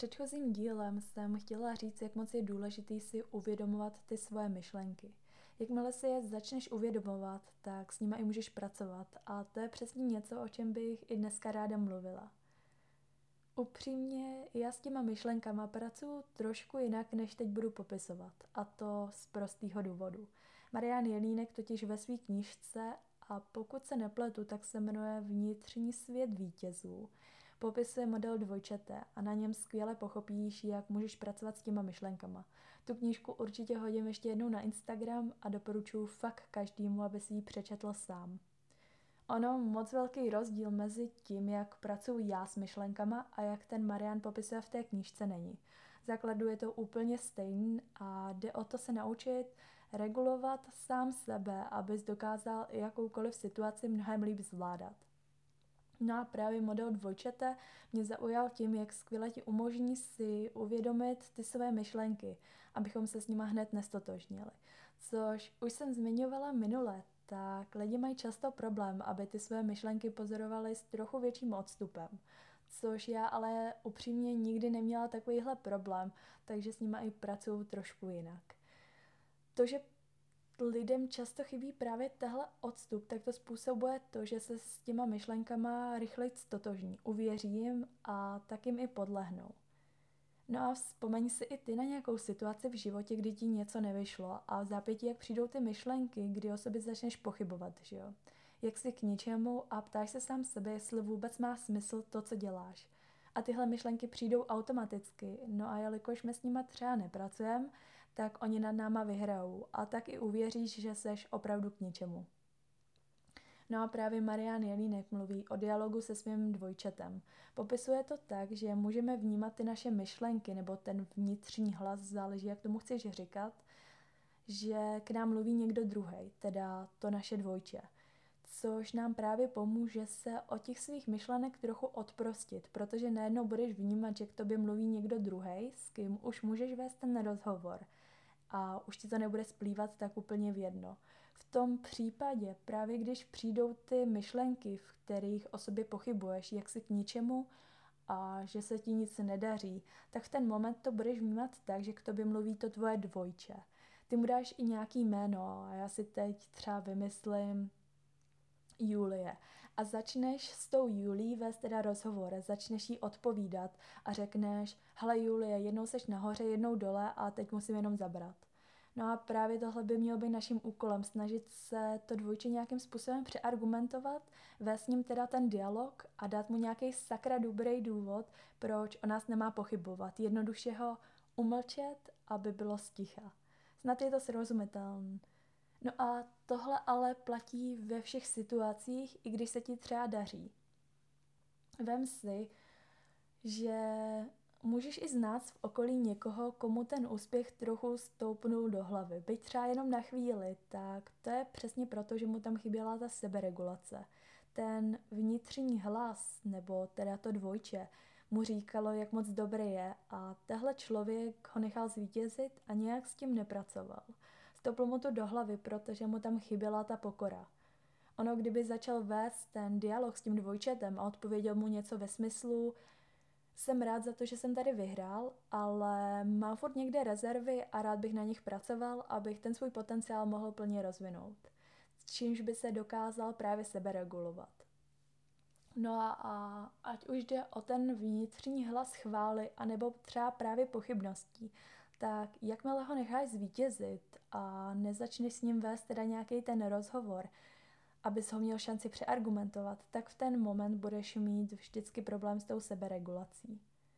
předchozím dílem jsem chtěla říct, jak moc je důležitý si uvědomovat ty svoje myšlenky. Jakmile si je začneš uvědomovat, tak s nimi i můžeš pracovat a to je přesně něco, o čem bych i dneska ráda mluvila. Upřímně, já s těma myšlenkama pracuji trošku jinak, než teď budu popisovat, a to z prostého důvodu. Marian Jelínek totiž ve své knížce, a pokud se nepletu, tak se jmenuje Vnitřní svět vítězů, popisuje model dvojčete a na něm skvěle pochopíš, jak můžeš pracovat s těma myšlenkama. Tu knížku určitě hodím ještě jednou na Instagram a doporučuji fakt každému, aby si ji přečetl sám. Ono moc velký rozdíl mezi tím, jak pracuji já s myšlenkama a jak ten Marian popisuje v té knížce není. V základu je to úplně stejný a jde o to se naučit regulovat sám sebe, abys dokázal jakoukoliv situaci mnohem líp zvládat. No a právě model dvojčete mě zaujal tím, jak skvěle ti umožní si uvědomit ty své myšlenky, abychom se s nima hned nestotožnili. Což už jsem zmiňovala minule, tak lidi mají často problém, aby ty své myšlenky pozorovali s trochu větším odstupem. Což já ale upřímně nikdy neměla takovýhle problém, takže s nima i pracuju trošku jinak. To, že lidem často chybí právě tahle odstup, tak to způsobuje to, že se s těma myšlenkama rychleji stotožní, uvěří jim a tak jim i podlehnou. No a vzpomeň si i ty na nějakou situaci v životě, kdy ti něco nevyšlo a v zápětí, jak přijdou ty myšlenky, kdy o sobě začneš pochybovat, že jo? Jak si k ničemu a ptáš se sám sebe, jestli vůbec má smysl to, co děláš. A tyhle myšlenky přijdou automaticky, no a jelikož my s nima třeba nepracujeme, tak oni nad náma vyhrajou a tak i uvěříš, že seš opravdu k ničemu. No a právě Marian Jelínek mluví o dialogu se svým dvojčetem. Popisuje to tak, že můžeme vnímat ty naše myšlenky nebo ten vnitřní hlas, záleží, jak tomu chceš říkat, že k nám mluví někdo druhý, teda to naše dvojče. Což nám právě pomůže se od těch svých myšlenek trochu odprostit, protože najednou budeš vnímat, že k tobě mluví někdo druhý, s kým už můžeš vést ten rozhovor a už ti to nebude splývat tak úplně v jedno. V tom případě, právě když přijdou ty myšlenky, v kterých o sobě pochybuješ, jak si k ničemu a že se ti nic nedaří, tak v ten moment to budeš vnímat tak, že k tobě mluví to tvoje dvojče. Ty mu dáš i nějaký jméno a já si teď třeba vymyslím Julie. A začneš s tou Julií vést teda rozhovor, začneš jí odpovídat a řekneš, hele Julie, jednou seš nahoře, jednou dole a teď musím jenom zabrat. No a právě tohle by mělo být naším úkolem, snažit se to dvojče nějakým způsobem přeargumentovat, vést s ním teda ten dialog a dát mu nějaký sakra dobrý důvod, proč o nás nemá pochybovat. Jednoduše ho umlčet, aby bylo sticha. Snad je to srozumitelné. No a tohle ale platí ve všech situacích, i když se ti třeba daří. Vem si, že můžeš i znát v okolí někoho, komu ten úspěch trochu stoupnul do hlavy. Byť třeba jenom na chvíli, tak to je přesně proto, že mu tam chyběla ta seberegulace. Ten vnitřní hlas, nebo teda to dvojče, mu říkalo, jak moc dobrý je a tehle člověk ho nechal zvítězit a nějak s tím nepracoval. Stouplo mu to do hlavy, protože mu tam chyběla ta pokora. Ono, kdyby začal vést ten dialog s tím dvojčetem a odpověděl mu něco ve smyslu jsem rád za to, že jsem tady vyhrál, ale mám furt někde rezervy a rád bych na nich pracoval, abych ten svůj potenciál mohl plně rozvinout. S čímž by se dokázal právě seberegulovat. No a ať už jde o ten vnitřní hlas chvály, anebo třeba právě pochybností, tak jakmile ho necháš zvítězit a nezačneš s ním vést teda nějaký ten rozhovor, abys ho měl šanci přeargumentovat, tak v ten moment budeš mít vždycky problém s tou seberegulací.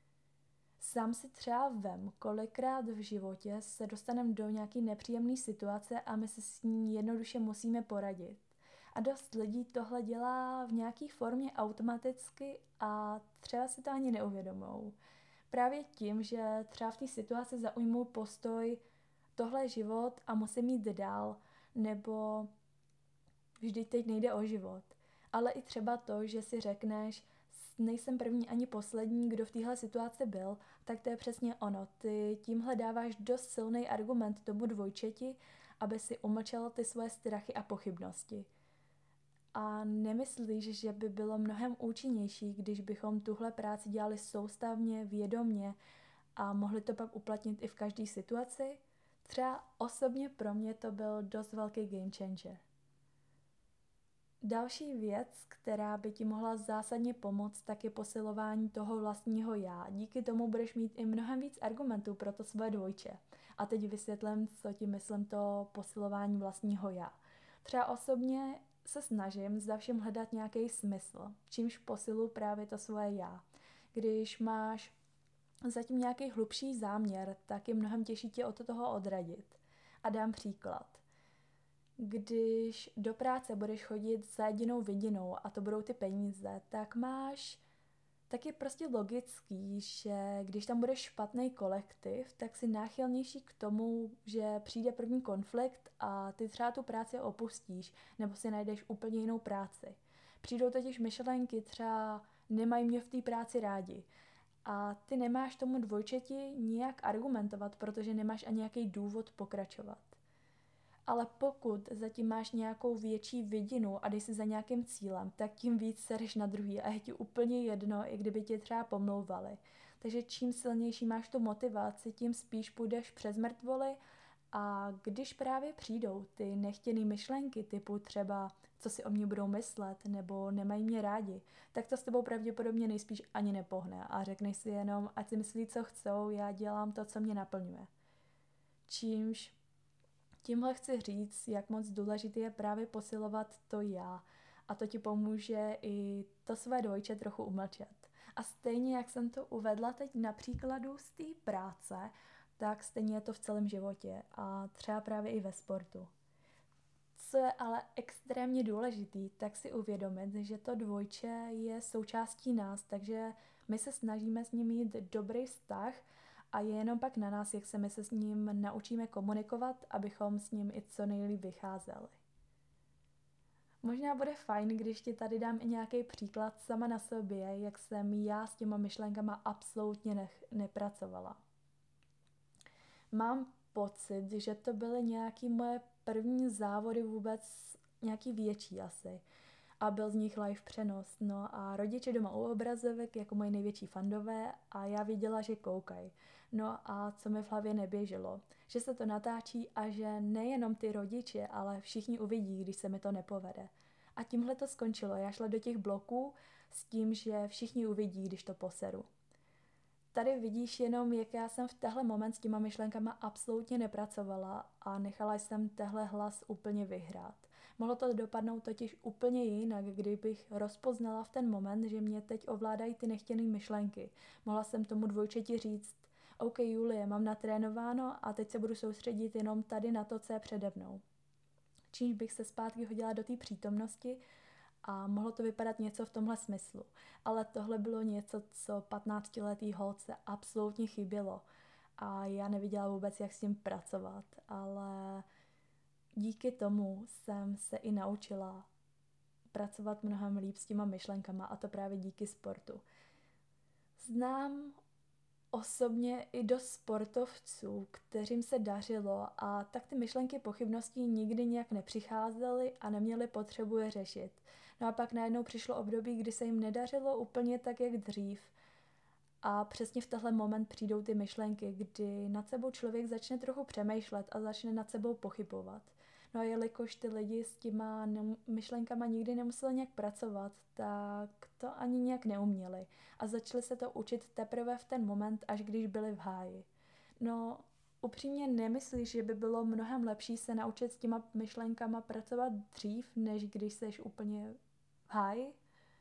Sám si třeba vem, kolikrát v životě se dostaneme do nějaký nepříjemné situace a my se s ní jednoduše musíme poradit. A dost lidí tohle dělá v nějaké formě automaticky a třeba si to ani neuvědomou. Právě tím, že třeba v té situaci zaujmou postoj tohle je život a musím jít dál, nebo vždyť teď nejde o život. Ale i třeba to, že si řekneš, nejsem první ani poslední, kdo v téhle situaci byl, tak to je přesně ono. Ty tímhle dáváš dost silný argument tomu dvojčeti, aby si umlčel ty svoje strachy a pochybnosti. A nemyslíš, že by bylo mnohem účinnější, když bychom tuhle práci dělali soustavně, vědomně a mohli to pak uplatnit i v každé situaci? Třeba osobně pro mě to byl dost velký game changer. Další věc, která by ti mohla zásadně pomoct, tak je posilování toho vlastního já. Díky tomu budeš mít i mnohem víc argumentů pro to svoje dvojče. A teď vysvětlím, co ti myslím to posilování vlastního já. Třeba osobně se snažím za všem hledat nějaký smysl, čímž posiluji právě to svoje já. Když máš zatím nějaký hlubší záměr, tak je mnohem těžší tě od toho odradit. A dám příklad. Když do práce budeš chodit za jedinou vidinou a to budou ty peníze, tak je prostě logický, že když tam bude špatný kolektiv, tak si náchylnější k tomu, že přijde první konflikt a ty třeba tu práci opustíš nebo si najdeš úplně jinou práci. Přijdou totiž myšlenky, třeba nemají mě v té práci rádi. A ty nemáš tomu dvojčeti nijak argumentovat, protože nemáš ani nějaký důvod pokračovat. Ale pokud zatím máš nějakou větší vidinu a jdeš si za nějakým cílem, tak tím víc sereš na druhý a je ti úplně jedno, i kdyby tě třeba pomlouvali. Takže čím silnější máš tu motivaci, tím spíš půjdeš přes mrtvoly a když právě přijdou ty nechtěné myšlenky typu třeba co si o mě budou myslet nebo nemají mě rádi, tak to s tebou pravděpodobně nejspíš ani nepohne a řekneš si jenom, ať si myslí, co chcou, já dělám to, co mě naplňuje. Čímž tímhle chci říct, jak moc důležité je právě posilovat to já. A to ti pomůže i to své dvojče trochu umlčet. A stejně, jak jsem to uvedla teď na příkladu z té práce, tak stejně je to v celém životě a třeba právě i ve sportu. Co je ale extrémně důležitý, tak si uvědomit, že to dvojče je součástí nás, takže my se snažíme s ním mít dobrý vztah a je jenom pak na nás, jak se my se s ním naučíme komunikovat, abychom s ním i co nejlíp vycházeli. Možná bude fajn, když ti tady dám i nějaký příklad sama na sobě, jak jsem já s těma myšlenkama absolutně nepracovala. Mám pocit, že to byly nějaký moje první závody vůbec, nějaký větší asi. A byl z nich live přenos. No a rodiče doma u obrazovek jako moji největší fandové a já viděla, že koukají. No a co mi v hlavě neběželo, že se to natáčí a že nejenom ty rodiče, ale všichni uvidí, když se mi to nepovede. A tímhle to skončilo. Já šla do těch bloků s tím, že všichni uvidí, když to poseru. Tady vidíš jenom, jak já jsem v tehle moment s těma myšlenkama absolutně nepracovala a nechala jsem tehle hlas úplně vyhrát. Mohlo to dopadnout totiž úplně jinak, kdybych rozpoznala v ten moment, že mě teď ovládají ty nechtěné myšlenky. Mohla jsem tomu dvojčeti říct, OK Julie, mám natrénováno a teď se budu soustředit jenom tady na to, co je přede mnou. Čímž bych se zpátky hodila do té přítomnosti a mohlo to vypadat něco v tomhle smyslu. Ale tohle bylo něco, co 15letý holce absolutně chybělo. A já neviděla vůbec, jak s tím pracovat. Ale díky tomu jsem se i naučila pracovat mnohem líp s těma myšlenkama a to právě díky sportu. Znám osobně i dost sportovců, kterým se dařilo a tak ty myšlenky pochybností nikdy nějak nepřicházely a neměli potřebu je řešit. No a pak najednou přišlo období, kdy se jim nedařilo úplně tak, jak dřív. A přesně v tenhle moment přijdou ty myšlenky, kdy nad sebou člověk začne trochu přemýšlet a začne nad sebou pochybovat. No a jelikož ty lidi s těma myšlenkama nikdy nemuseli nějak pracovat, tak to ani nějak neuměli. A začali se to učit teprve v ten moment, až když byli v háji. No, upřímně nemyslíš, že by bylo mnohem lepší se naučit s těma myšlenkama pracovat dřív, než když seš úplně v háji?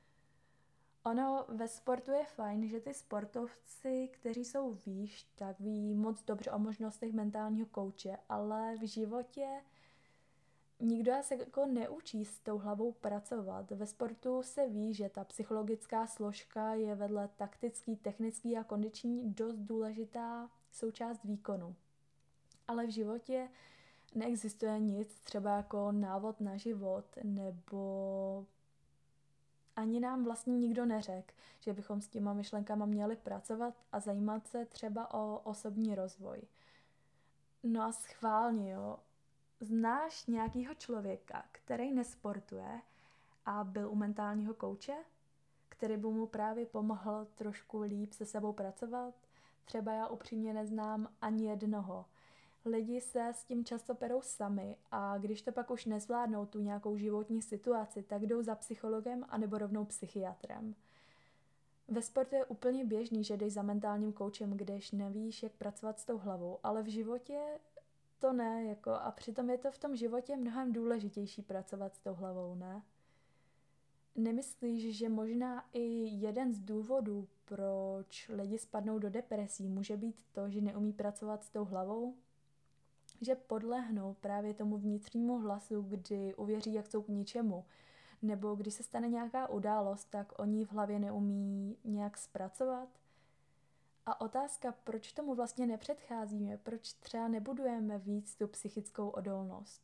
Ono ve sportu je fajn, že ty sportovci, kteří jsou výš, tak ví moc dobře o možnostech mentálního kouče, ale v životě nikdo se jako neučí s tou hlavou pracovat. Ve sportu se ví, že ta psychologická složka je vedle taktický, technický a kondiční dost důležitá součást výkonu. Ale v životě neexistuje nic, třeba jako návod na život, nebo ani nám vlastně nikdo neřekl, že bychom s těma myšlenkama měli pracovat a zajímat se třeba o osobní rozvoj. No a schválně, jo. Znáš nějakýho člověka, který nesportuje a byl u mentálního kouče, který by mu právě pomohl trošku líp se sebou pracovat. Třeba já upřímně neznám ani jednoho. Lidi se s tím často perou sami a když to pak už nezvládnou tu nějakou životní situaci, tak jdou za psychologem anebo rovnou psychiatrem. Ve sportu je úplně běžný, že jdeš za mentálním koučem, když nevíš, jak pracovat s tou hlavou, ale v životě to ne, a přitom je to v tom životě mnohem důležitější pracovat s tou hlavou, ne? Nemyslíš, že možná i jeden z důvodů, proč lidi spadnou do depresí, může být to, že neumí pracovat s tou hlavou? Že podlehnou právě tomu vnitřnímu hlasu, kdy uvěří, jak jsou k ničemu. Nebo když se stane nějaká událost, tak oni v hlavě neumí nějak zpracovat. A otázka, proč tomu vlastně nepředcházíme, proč třeba nebudujeme víc tu psychickou odolnost.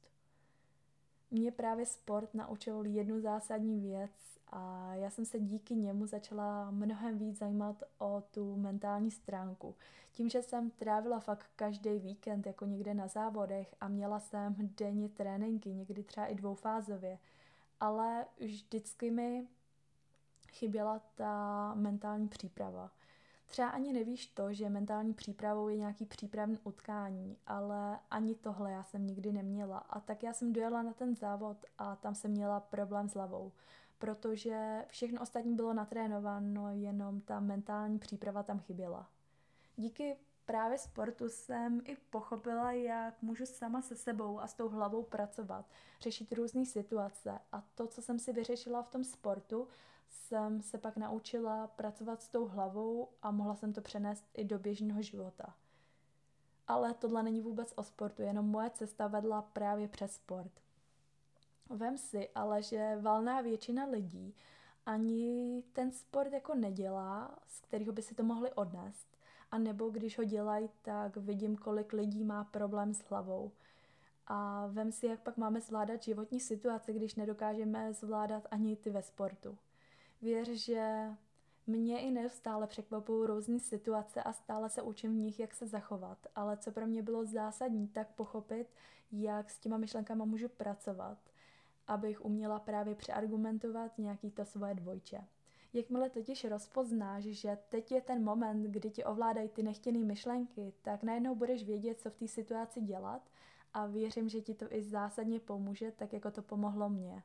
Mě právě sport naučil jednu zásadní věc a já jsem se díky němu začala mnohem víc zajímat o tu mentální stránku. Tím, že jsem trávila fakt každý víkend jako někde na závodech a měla jsem denně tréninky, někdy třeba i dvoufázově, ale vždycky mi chyběla ta mentální příprava. Třeba ani nevíš to, že mentální přípravou je nějaký přípravný utkání, ale ani tohle já jsem nikdy neměla. A tak já jsem dojela na ten závod a tam jsem měla problém s hlavou, protože všechno ostatní bylo natrénováno, jenom ta mentální příprava tam chyběla. Díky právě sportu jsem i pochopila, jak můžu sama se sebou a s tou hlavou pracovat, řešit různé situace a to, co jsem si vyřešila v tom sportu, jsem se pak naučila pracovat s tou hlavou a mohla jsem to přenést i do běžného života. Ale tohle není vůbec o sportu, jenom moje cesta vedla právě přes sport. Vem si ale, že valná většina lidí ani ten sport jako nedělá, z kterého by si to mohli odnést. A nebo když ho dělají, tak vidím, kolik lidí má problém s hlavou. A vem si, jak pak máme zvládat životní situace, když nedokážeme zvládat ani ty ve sportu. Věř, že mě i neustále překvapují různé situace a stále se učím v nich, jak se zachovat. Ale co pro mě bylo zásadní, tak pochopit, jak s těma myšlenkama můžu pracovat, abych uměla právě přeargumentovat nějaký to svoje dvojče. Jakmile totiž rozpoznáš, že teď je ten moment, kdy ti ovládají ty nechtěné myšlenky, tak najednou budeš vědět, co v té situaci dělat a věřím, že ti to i zásadně pomůže, tak jako to pomohlo mně.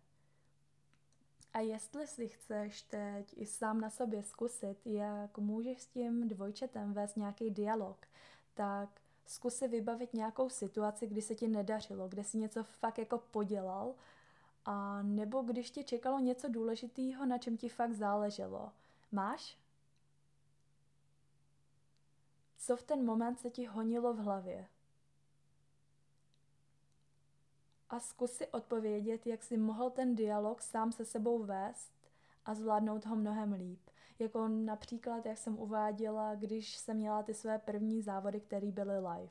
A jestli si chceš teď i sám na sobě zkusit, jak můžeš s tím dvojčetem vést nějaký dialog, tak zkus si vybavit nějakou situaci, kdy se ti nedařilo, kde si něco fakt jako podělal, a nebo když tě čekalo něco důležitého, na čem ti fakt záleželo. Máš? Co v ten moment se ti honilo v hlavě? A zkus si odpovědět, jak jsi mohl ten dialog sám se sebou vést a zvládnout ho mnohem líp. Jako například, jak jsem uváděla, když jsem měla ty své první závody, které byly live.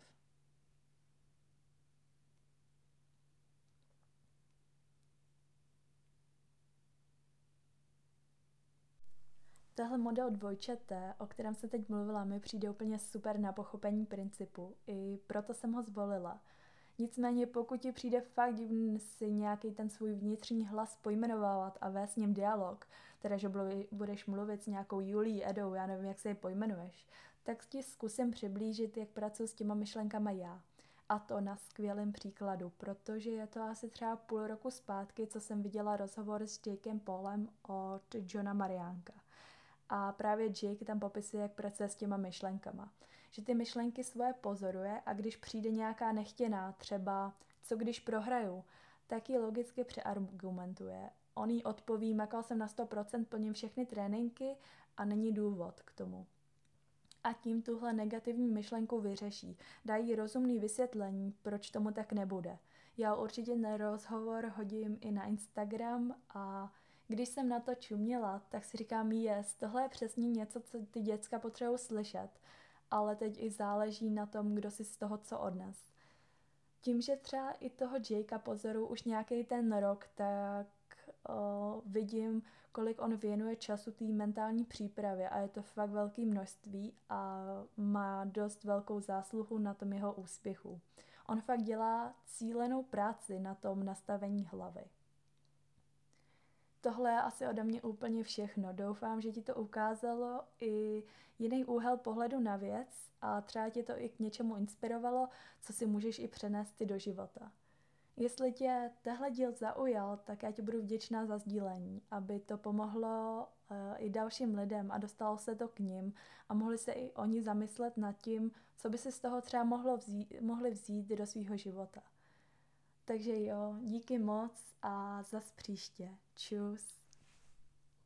Tahle model dvojčete, o kterém jsem teď mluvila, mi přijde úplně super na pochopení principu. I proto jsem ho zvolila. Nicméně pokud ti přijde fakt divný si nějaký ten svůj vnitřní hlas pojmenovávat a vést s ním dialog, teda že budeš mluvit s nějakou Julí, Edou, já nevím, jak se je pojmenuješ, tak ti zkusím přiblížit, jak pracuji s těma myšlenkama já. A to na skvělém příkladu, protože je to asi třeba půl roku zpátky, co jsem viděla rozhovor s Jakem Paulem od Johna Mariánka. A právě Jake tam popisuje, jak pracuje s těma myšlenkama. Že ty myšlenky svoje pozoruje a když přijde nějaká nechtěná, třeba co když prohraju, tak ji logicky přeargumentuje. On jí odpoví, makal jsem na 100%, plním všechny tréninky a není důvod k tomu. A tím tuhle negativní myšlenku vyřeší. Dají rozumný vysvětlení, proč tomu tak nebude. Já určitě ten rozhovor hodím i na Instagram a když jsem na to čuměla, tak si říkám, tohle je přesně něco, co ty děcka potřebují slyšet, ale teď i záleží na tom, kdo si z toho co odnes. Tím, že třeba i toho Jakea pozoruju už nějaký ten rok, tak vidím, kolik on věnuje času té mentální přípravě a je to fakt velké množství a má dost velkou zásluhu na tom jeho úspěchu. On fakt dělá cílenou práci na tom nastavení hlavy. tohle je asi ode mě úplně všechno. Doufám, že ti to ukázalo i jiný úhel pohledu na věc a třeba tě to i k něčemu inspirovalo, co si můžeš i přenést ty do života. Jestli tě tehle díl zaujal, tak já ti budu vděčná za sdílení, aby to pomohlo i dalším lidem a dostalo se to k nim a mohli se i oni zamyslet nad tím, co by si z toho třeba mohli vzít do svého života. Takže jo, díky moc a zas příště. Čus.